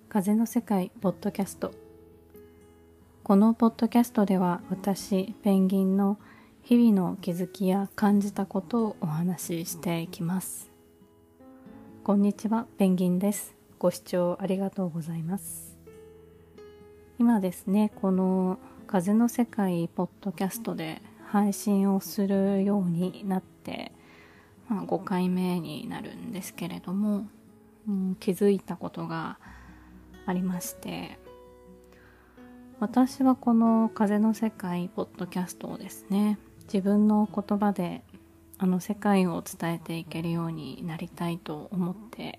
風の世界ポッドキャスト。このポッドキャストでは私ペンギンの日々の気づきや感じたことをお話ししていきます。こんにちは、ペンギンです。ご視聴ありがとうございます。今ですね、この風の世界ポッドキャストで配信をするようになって5回目になるんですけれども、気づいたことがありまして、私はこの風の世界ポッドキャストをですね、自分の言葉で世界を伝えていけるようになりたいと思って、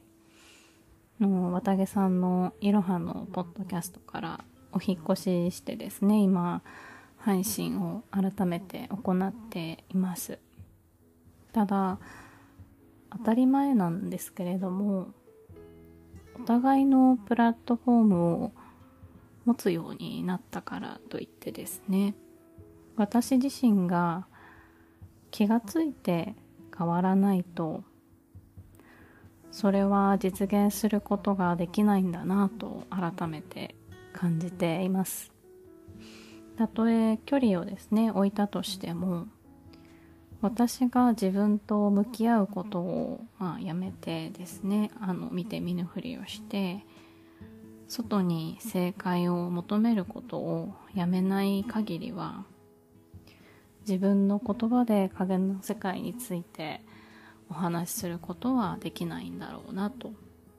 綿毛さんのいろはのポッドキャストからお引っ越ししてですね、今配信を改めて行っています。ただ当たり前なんですけれども、お互いのプラットフォームを持つようになったからといってですね、私自身が気がついて変わらないと、それは実現することができないんだなと改めて感じています。たとえ距離をですね置いたとしても、私が自分と向き合うことをやめてですね、見て見ぬふりをして外に正解を求めることをやめない限りは、自分の言葉で影の世界についてお話しすることはできないんだろうなと。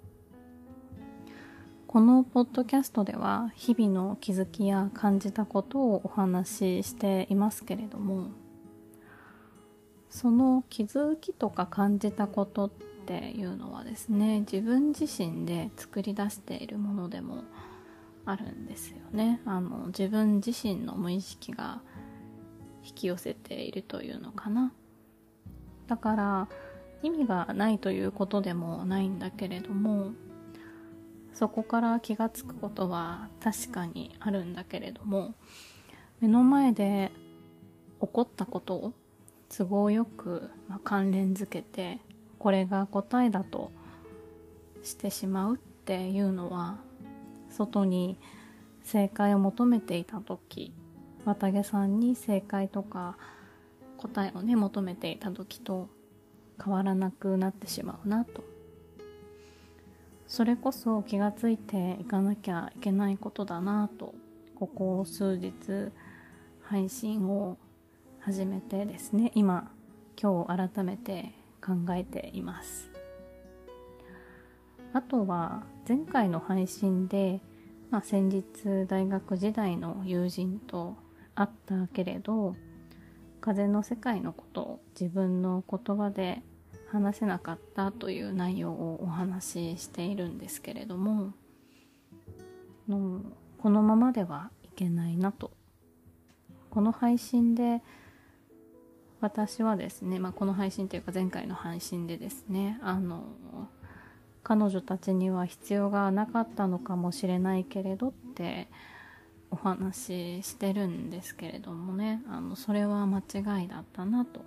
このポッドキャストでは日々の気づきや感じたことをお話ししていますけれども、その気づきとか感じたことっていうのはですね、自分自身で作り出しているものでもあるんですよね。自分自身の無意識が引き寄せているというのかな。だから意味がないということでもないんだけれども、そこから気がつくことは確かにあるんだけれども、目の前で起こったことを都合よく関連づけて、これが答えだとしてしまうっていうのは、外に正解を求めていた時、綿毛さんに正解とか答えをね求めていた時と変わらなくなってしまうなと。それこそ気がついていかなきゃいけないことだなと、ここ数日配信を始めてですね、今日改めて考えています。あとは前回の配信で、先日大学時代の友人と会ったけれど、風の世界のことを自分の言葉で話せなかったという内容をお話ししているんですけれども、このままではいけないなと。この配信で私はですね、この配信というか前回の配信でですね、彼女たちには必要がなかったのかもしれないけれどってお話ししてるんですけれどもね、それは間違いだったなと。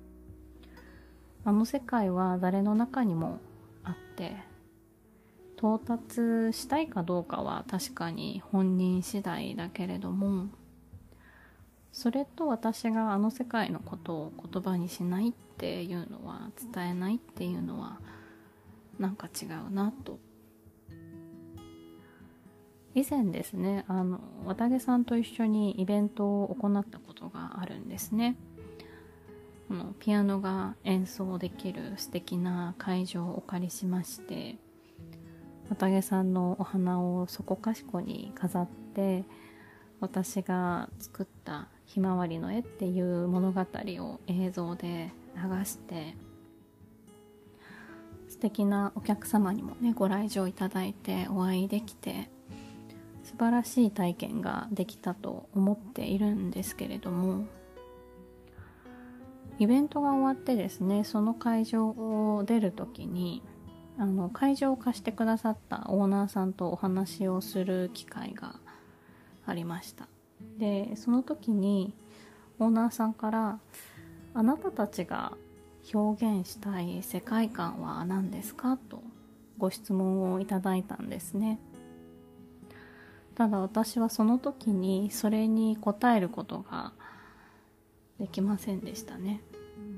世界は誰の中にもあって、到達したいかどうかは確かに本人次第だけれども、それと私が世界のことを言葉にしないっていうのは、伝えないっていうのはなんか違うなと。以前ですね、綿毛さんと一緒にイベントを行ったことがあるんですね。ピアノが演奏できる素敵な会場をお借りしまして、綿毛さんのお花をそこかしこに飾って、私が作ったひまわりの絵っていう物語を映像で流して、素敵なお客様にもねご来場いただいてお会いできて、素晴らしい体験ができたと思っているんですけれども、イベントが終わってですね、その会場を出るときに会場を貸してくださったオーナーさんとお話をする機会がありました。で、その時にオーナーさんから、あなたたちが表現したい世界観は何ですかとご質問をいただいたんですね。 ただ私はその時にそれに応えることができませんでしたね。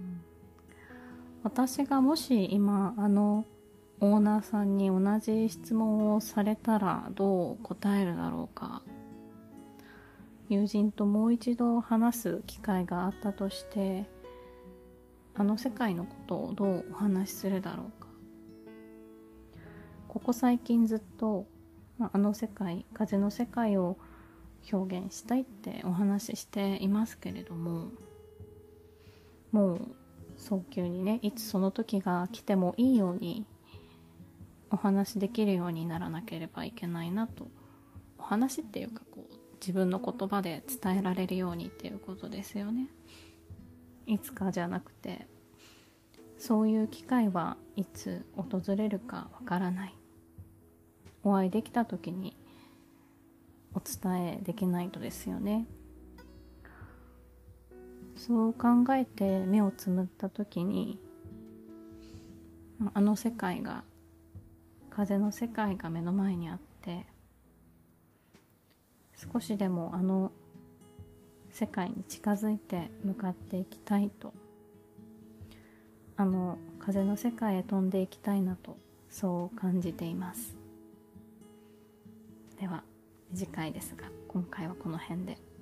私がもし今オーナーさんに同じ質問をされたらどう答えるだろうか。友人ともう一度話す機会があったとして、あの世界のことをどうお話しするだろうか。ここ最近ずっと、あの世界、風の世界を表現したいってお話ししていますけれども、もう早急にね、いつその時が来てもいいようにお話できるようにならなければいけないなと。お話っていうか自分の言葉で伝えられるようにっていうことですよね。いつかじゃなくて、そういう機会はいつ訪れるかわからない。お会いできた時にお伝えできないとですよね。そう考えて目をつむった時に、あの世界が、風の世界が目の前にあって、少しでもあの世界に近づいて向かっていきたいと、あの風の世界へ飛んでいきたいなと、そう感じています。では短いですが今回はこの辺で。